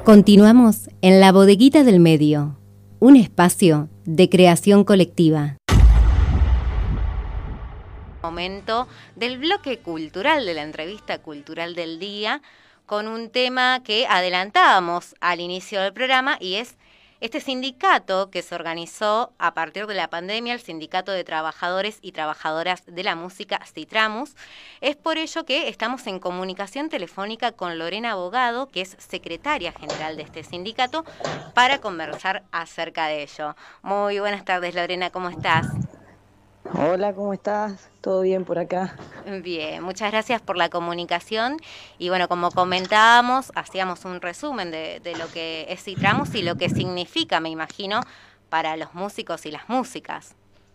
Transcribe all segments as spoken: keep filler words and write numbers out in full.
Continuamos en La Bodeguita del Medio, un espacio de creación colectiva. Momento del bloque cultural, de la entrevista cultural del día, con un tema que adelantábamos al inicio del programa, y es este sindicato que se organizó a partir de la pandemia, el Sindicato de Trabajadores y Trabajadoras de la Música, Citramus. Es por ello que estamos en comunicación telefónica con Lorena Abogado, que es secretaria general de este sindicato, para conversar acerca de ello. Muy buenas tardes, Lorena, ¿cómo estás? Hola, ¿cómo estás? ¿Todo bien por acá? Bien, muchas gracias por la comunicación. Y bueno, como comentábamos, hacíamos un resumen de, de lo que es Citramus y lo que significa, me imagino, para los músicos y las músicas.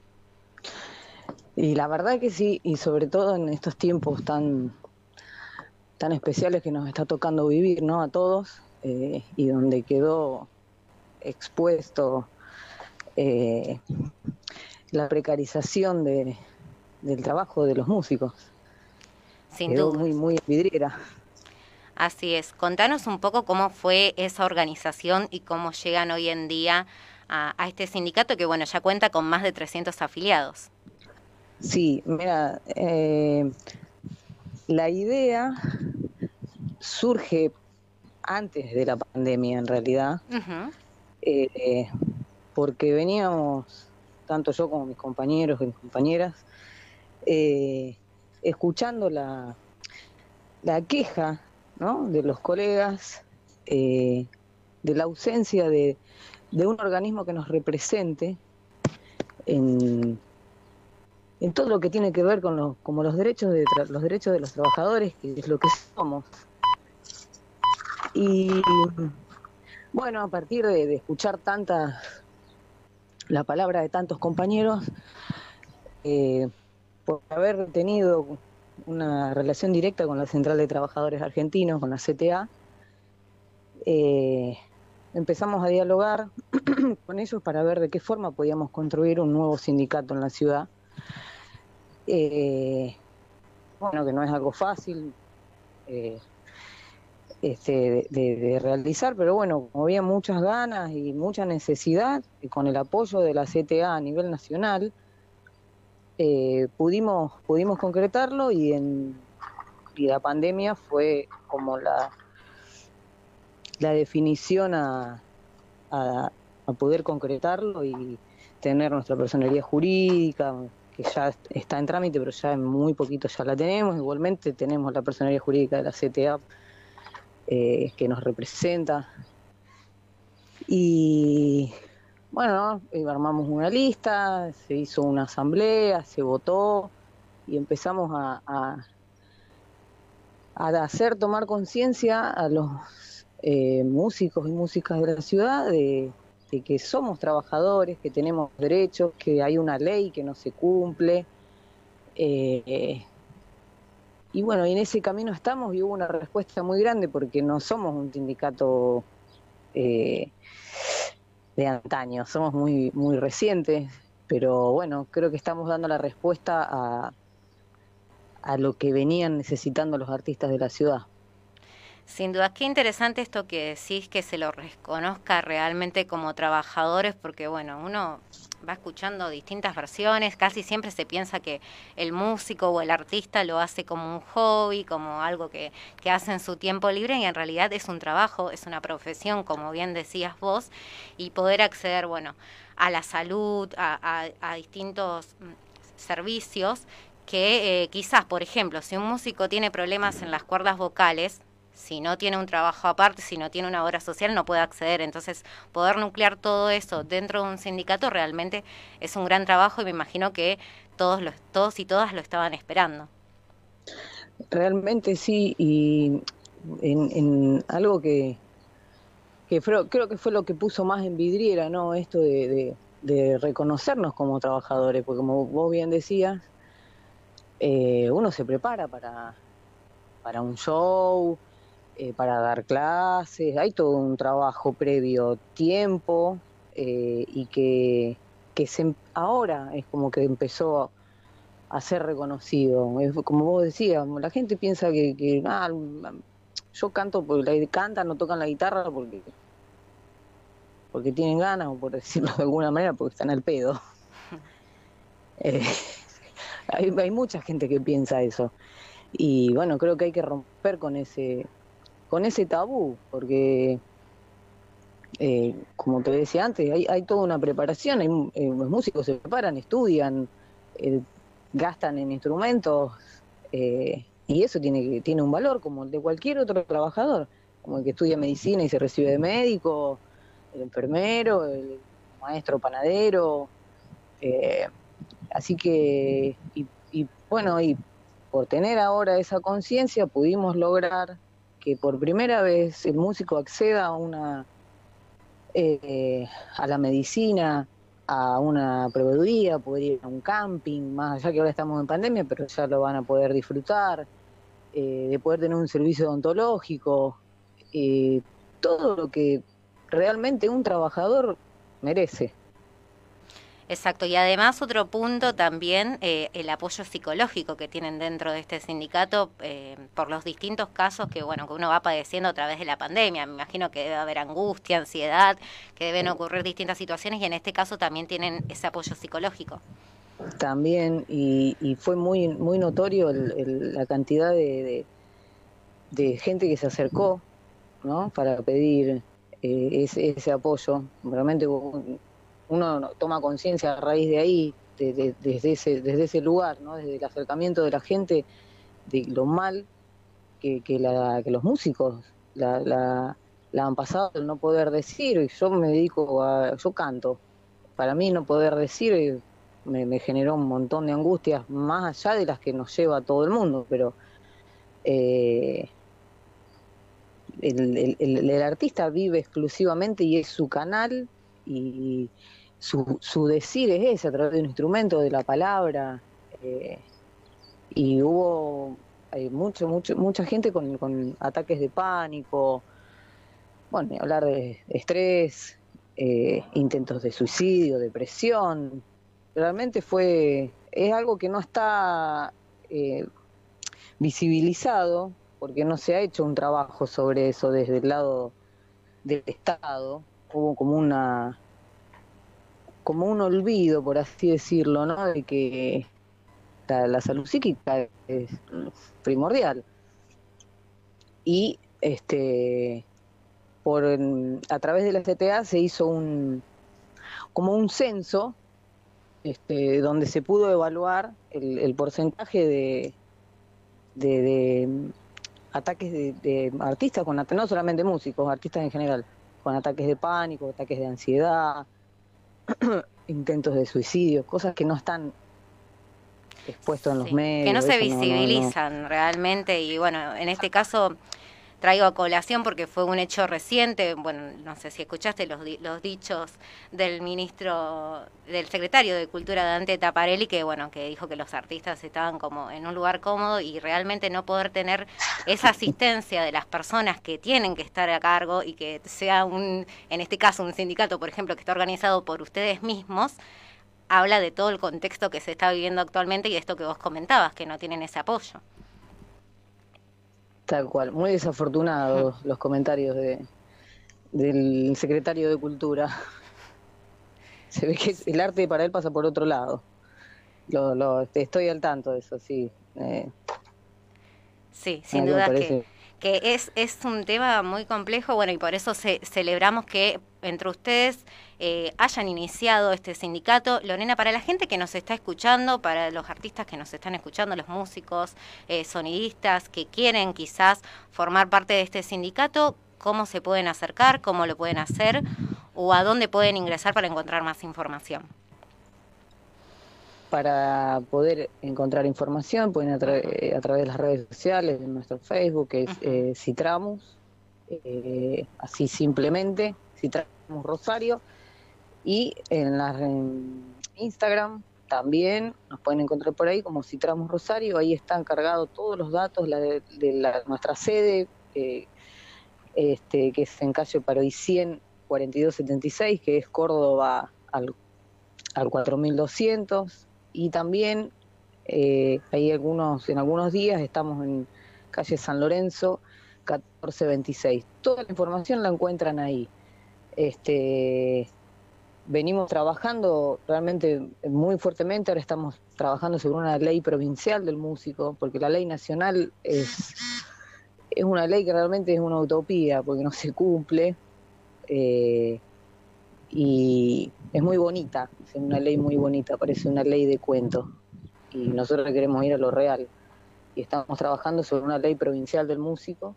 Y la verdad que sí, y sobre todo en estos tiempos tan, tan especiales que nos está tocando vivir, ¿no? A todos, eh, y donde quedó expuesto eh, la precarización de, del trabajo de los músicos. Sin quedó duda. muy, muy vidriera. Así es. Contanos un poco cómo fue esa organización y cómo llegan hoy en día a, a este sindicato que, bueno, ya cuenta con más de trescientos afiliados. Sí, mira, eh, la idea surge antes de la pandemia, en realidad, Uh-huh. eh, porque veníamos, tanto yo como mis compañeros y mis compañeras, eh, escuchando la, la queja, ¿no?, de los colegas, eh, de la ausencia de, de un organismo que nos represente en, en todo lo que tiene que ver con los, como los derechos de tra- los derechos de los trabajadores, que es lo que somos. Y bueno, a partir de, de escuchar tantas la palabra de tantos compañeros, eh, por haber tenido una relación directa con la Central de Trabajadores Argentinos, con la C T A, eh, empezamos a dialogar con ellos para ver de qué forma podíamos construir un nuevo sindicato en la ciudad. Eh, bueno, que no es algo fácil eh, este, de, de realizar, pero bueno, como había muchas ganas y mucha necesidad, y con el apoyo de la C T A a nivel nacional, eh, pudimos, pudimos concretarlo, y, en, y la pandemia fue como la, la definición a, a, a poder concretarlo y tener nuestra personería jurídica, que ya está en trámite, pero ya en muy poquito ya la tenemos. Igualmente tenemos la personería jurídica de la C T A, eh, que nos representa. Y bueno, ¿no? armamos una lista, se hizo una asamblea, se votó y empezamos a, a, a hacer tomar conciencia a los eh, músicos y músicas de la ciudad de, de que somos trabajadores, que tenemos derechos, que hay una ley que no se cumple. Eh, y bueno, y en ese camino estamos, y hubo una respuesta muy grande porque no somos un sindicato eh, de antaño, somos muy, muy recientes, pero bueno, creo que estamos dando la respuesta a, a lo que venían necesitando los artistas de la ciudad. Sin duda, qué interesante esto que decís, que se lo reconozca realmente como trabajadores, porque bueno, uno va escuchando distintas versiones, casi siempre se piensa que el músico o el artista lo hace como un hobby, como algo que, que hace en su tiempo libre, y en realidad es un trabajo, es una profesión, como bien decías vos, y poder acceder, bueno, a la salud, a, a, a distintos servicios que eh, quizás, por ejemplo, si un músico tiene problemas en las cuerdas vocales, si no tiene un trabajo aparte, si no tiene una obra social, no puede acceder. Entonces, poder nuclear todo eso dentro de un sindicato realmente es un gran trabajo, y me imagino que todos, los, todos y todas lo estaban esperando. Realmente sí, y en, en algo que, que fue, creo que fue lo que puso más en vidriera, ¿no? Esto de, de, de reconocernos como trabajadores, porque como vos bien decías, eh, uno se prepara para, para un show, Eh, para dar clases, hay todo un trabajo previo, tiempo, eh, y que, que se, ahora es como que empezó a ser reconocido. Es como vos decías, la gente piensa que, que ah, yo canto porque la, cantan o tocan la guitarra porque porque tienen ganas, o por decirlo de alguna manera, porque están al pedo. Eh, hay, hay mucha gente que piensa eso. Y bueno, creo que hay que romper con ese, con ese tabú, porque eh, como te decía antes, hay, hay toda una preparación, hay, eh, los músicos se preparan, estudian, eh, gastan en instrumentos, eh, y eso tiene, que, tiene un valor como el de cualquier otro trabajador, como el que estudia medicina y se recibe de médico, el enfermero, el maestro panadero, eh, así que, y, y bueno, y por tener ahora esa conciencia pudimos lograr que por primera vez el músico acceda a una eh, a la medicina, a una proveeduría, poder ir a un camping, más allá que ahora estamos en pandemia, pero ya lo van a poder disfrutar, eh, de poder tener un servicio odontológico, eh, todo lo que realmente un trabajador merece. Exacto, y además otro punto también, eh, el apoyo psicológico que tienen dentro de este sindicato eh, por los distintos casos que bueno que uno va padeciendo a través de la pandemia. Me imagino que debe haber angustia, ansiedad, que deben ocurrir distintas situaciones y en este caso también tienen ese apoyo psicológico. También, y, y fue muy muy notorio el, el, la cantidad de, de, de gente que se acercó, ¿no? Para pedir eh, ese, ese apoyo. Realmente uno toma conciencia a raíz de ahí, de, de, desde, ese, desde ese lugar, ¿no? Desde el acercamiento de la gente, de lo mal que, que, la, que los músicos la, la, la han pasado, el no poder decir. Y yo me dedico a, yo canto, para mí no poder decir me, me generó un montón de angustias, más allá de las que nos lleva a todo el mundo, pero eh, el, el, el, el artista vive exclusivamente y es su canal, y su, su decir es ese, a través de un instrumento, de la palabra, eh, y hubo hay mucho, mucho, mucha gente con, con ataques de pánico, bueno, ni hablar de estrés, eh, intentos de suicidio, depresión. Realmente fue, es algo que no está eh, visibilizado, porque no se ha hecho un trabajo sobre eso desde el lado del Estado. Hubo como una como un olvido, por así decirlo, ¿no? De que la, la salud psíquica es primordial. Y este por a través de la C T A se hizo un como un censo este, donde se pudo evaluar el, el porcentaje de, de, de ataques de, de artistas, con no solamente músicos, artistas en general, con ataques de pánico, ataques de ansiedad, intentos de suicidio, cosas que no están expuestos en los sí, medios. Que no se eso visibilizan no, no, no. realmente, y bueno, en este caso traigo a colación porque fue un hecho reciente, bueno, no sé si escuchaste los, los dichos del ministro, del secretario de Cultura, Dante Taparelli, que bueno, que dijo que los artistas estaban como en un lugar cómodo y realmente no poder tener esa asistencia de las personas que tienen que estar a cargo y que sea un, en este caso, un sindicato, por ejemplo, que está organizado por ustedes mismos, habla de todo el contexto que se está viviendo actualmente y esto que vos comentabas, que no tienen ese apoyo. Tal cual, muy desafortunados los comentarios de del secretario de Cultura. Se ve que el arte para él pasa por otro lado. Lo, lo estoy al tanto de eso, sí. Eh, sí, sin duda que, que es, es un tema muy complejo, bueno, y por eso se, celebramos que entre ustedes eh, hayan iniciado este sindicato. Lorena, para la gente que nos está escuchando, para los artistas que nos están escuchando, los músicos, eh, sonidistas que quieren quizás formar parte de este sindicato, ¿cómo se pueden acercar? ¿Cómo lo pueden hacer? ¿O a dónde pueden ingresar para encontrar más información? Para poder encontrar información pueden a, tra a través de las redes sociales, de nuestro Facebook, que es uh-huh. eh, Citramus, eh, así simplemente, Citramus Rosario, y en, la, en Instagram también nos pueden encontrar por ahí como Citramus Rosario. Ahí están cargados todos los datos la de, de la, nuestra sede, eh, este, que es en calle Paroy cien, cuarenta y dos setenta y seis, que es Córdoba al, al cuatro mil doscientos. Y también eh, hay algunos, en algunos días estamos en calle San Lorenzo catorce veintiséis. Toda la información la encuentran ahí. Este, venimos trabajando realmente muy fuertemente, ahora estamos trabajando sobre una ley provincial del músico, porque la ley nacional es, es una ley que realmente es una utopía, porque no se cumple, eh, y es muy bonita, es una ley muy bonita, parece una ley de cuento, y nosotros queremos ir a lo real, y estamos trabajando sobre una ley provincial del músico,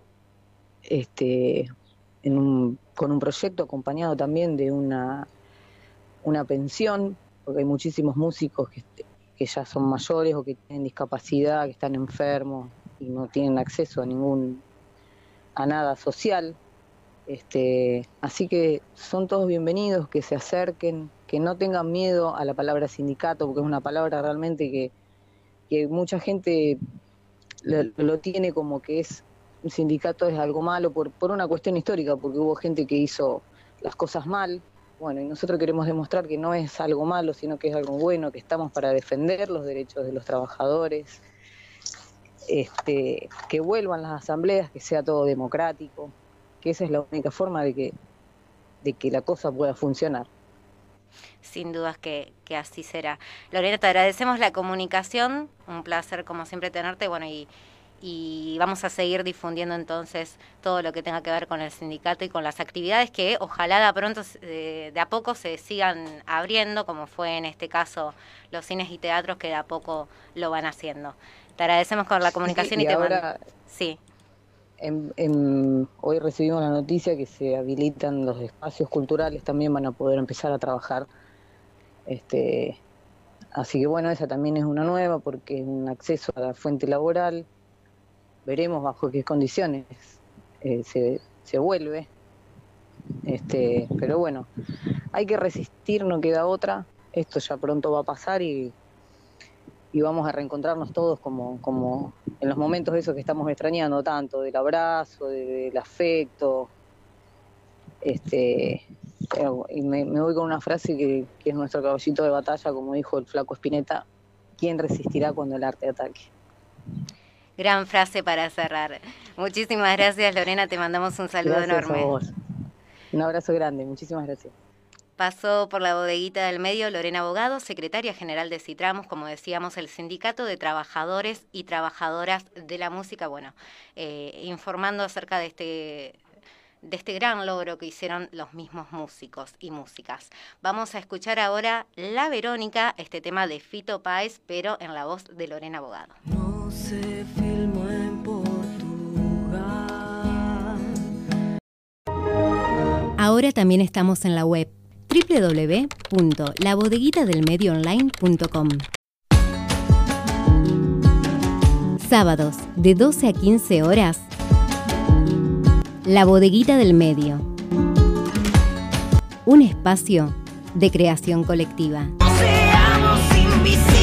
este, en un, con un proyecto acompañado también de una, una pensión, porque hay muchísimos músicos que, que ya son mayores o que tienen discapacidad, que están enfermos y no tienen acceso a ningún, a nada social. Este, así que son todos bienvenidos, que se acerquen, que no tengan miedo a la palabra sindicato, porque es una palabra realmente que, que mucha gente lo, lo tiene como que es un sindicato es algo malo por, por una cuestión histórica, porque hubo gente que hizo las cosas mal. Bueno, y nosotros queremos demostrar que no es algo malo, sino que es algo bueno, que estamos para defender los derechos de los trabajadores, este, que vuelvan las asambleas, que sea todo democrático, que esa es la única forma de que, de que la cosa pueda funcionar. Sin dudas que, que así será. Lorena, te agradecemos la comunicación, un placer como siempre tenerte, bueno, y, y vamos a seguir difundiendo entonces todo lo que tenga que ver con el sindicato y con las actividades que ojalá de a pronto, de, de a poco se sigan abriendo, como fue en este caso los cines y teatros que de a poco lo van haciendo. Te agradecemos por la comunicación. Sí, y, y te ahora... mando... Sí. En, en, hoy recibimos la noticia que se habilitan los espacios culturales, también van a poder empezar a trabajar. Este, así que bueno, esa también es una nueva porque es un acceso a la fuente laboral. Veremos bajo qué condiciones eh, se, se vuelve. Este, pero bueno, hay que resistir, no queda otra. Esto ya pronto va a pasar y, y vamos a reencontrarnos todos como... como en los momentos esos que estamos extrañando tanto, del abrazo, de, del afecto. Este, y me, me voy con una frase que, que es nuestro caballito de batalla, como dijo el flaco Spinetta: ¿quién resistirá cuando el arte ataque? Gran frase para cerrar. Muchísimas gracias, Lorena, te mandamos un saludo gracias enorme. A vos. Un abrazo grande, muchísimas gracias. Pasó por la bodeguita del medio Lorena Bogado, secretaria general de Citramos, como decíamos, el Sindicato de Trabajadores y Trabajadoras de la Música, bueno, eh, informando acerca de este, de este gran logro que hicieron los mismos músicos y músicas. Vamos a escuchar ahora La Verónica, este tema de Fito Páez, pero en la voz de Lorena Bogado. No se filmó en Portugal. Ahora también estamos en la web doble u doble u doble u punto la bodeguita del medio online punto com. Sábados de doce a quince horas, La Bodeguita del Medio. Un espacio de creación colectiva. Seamos invisibles.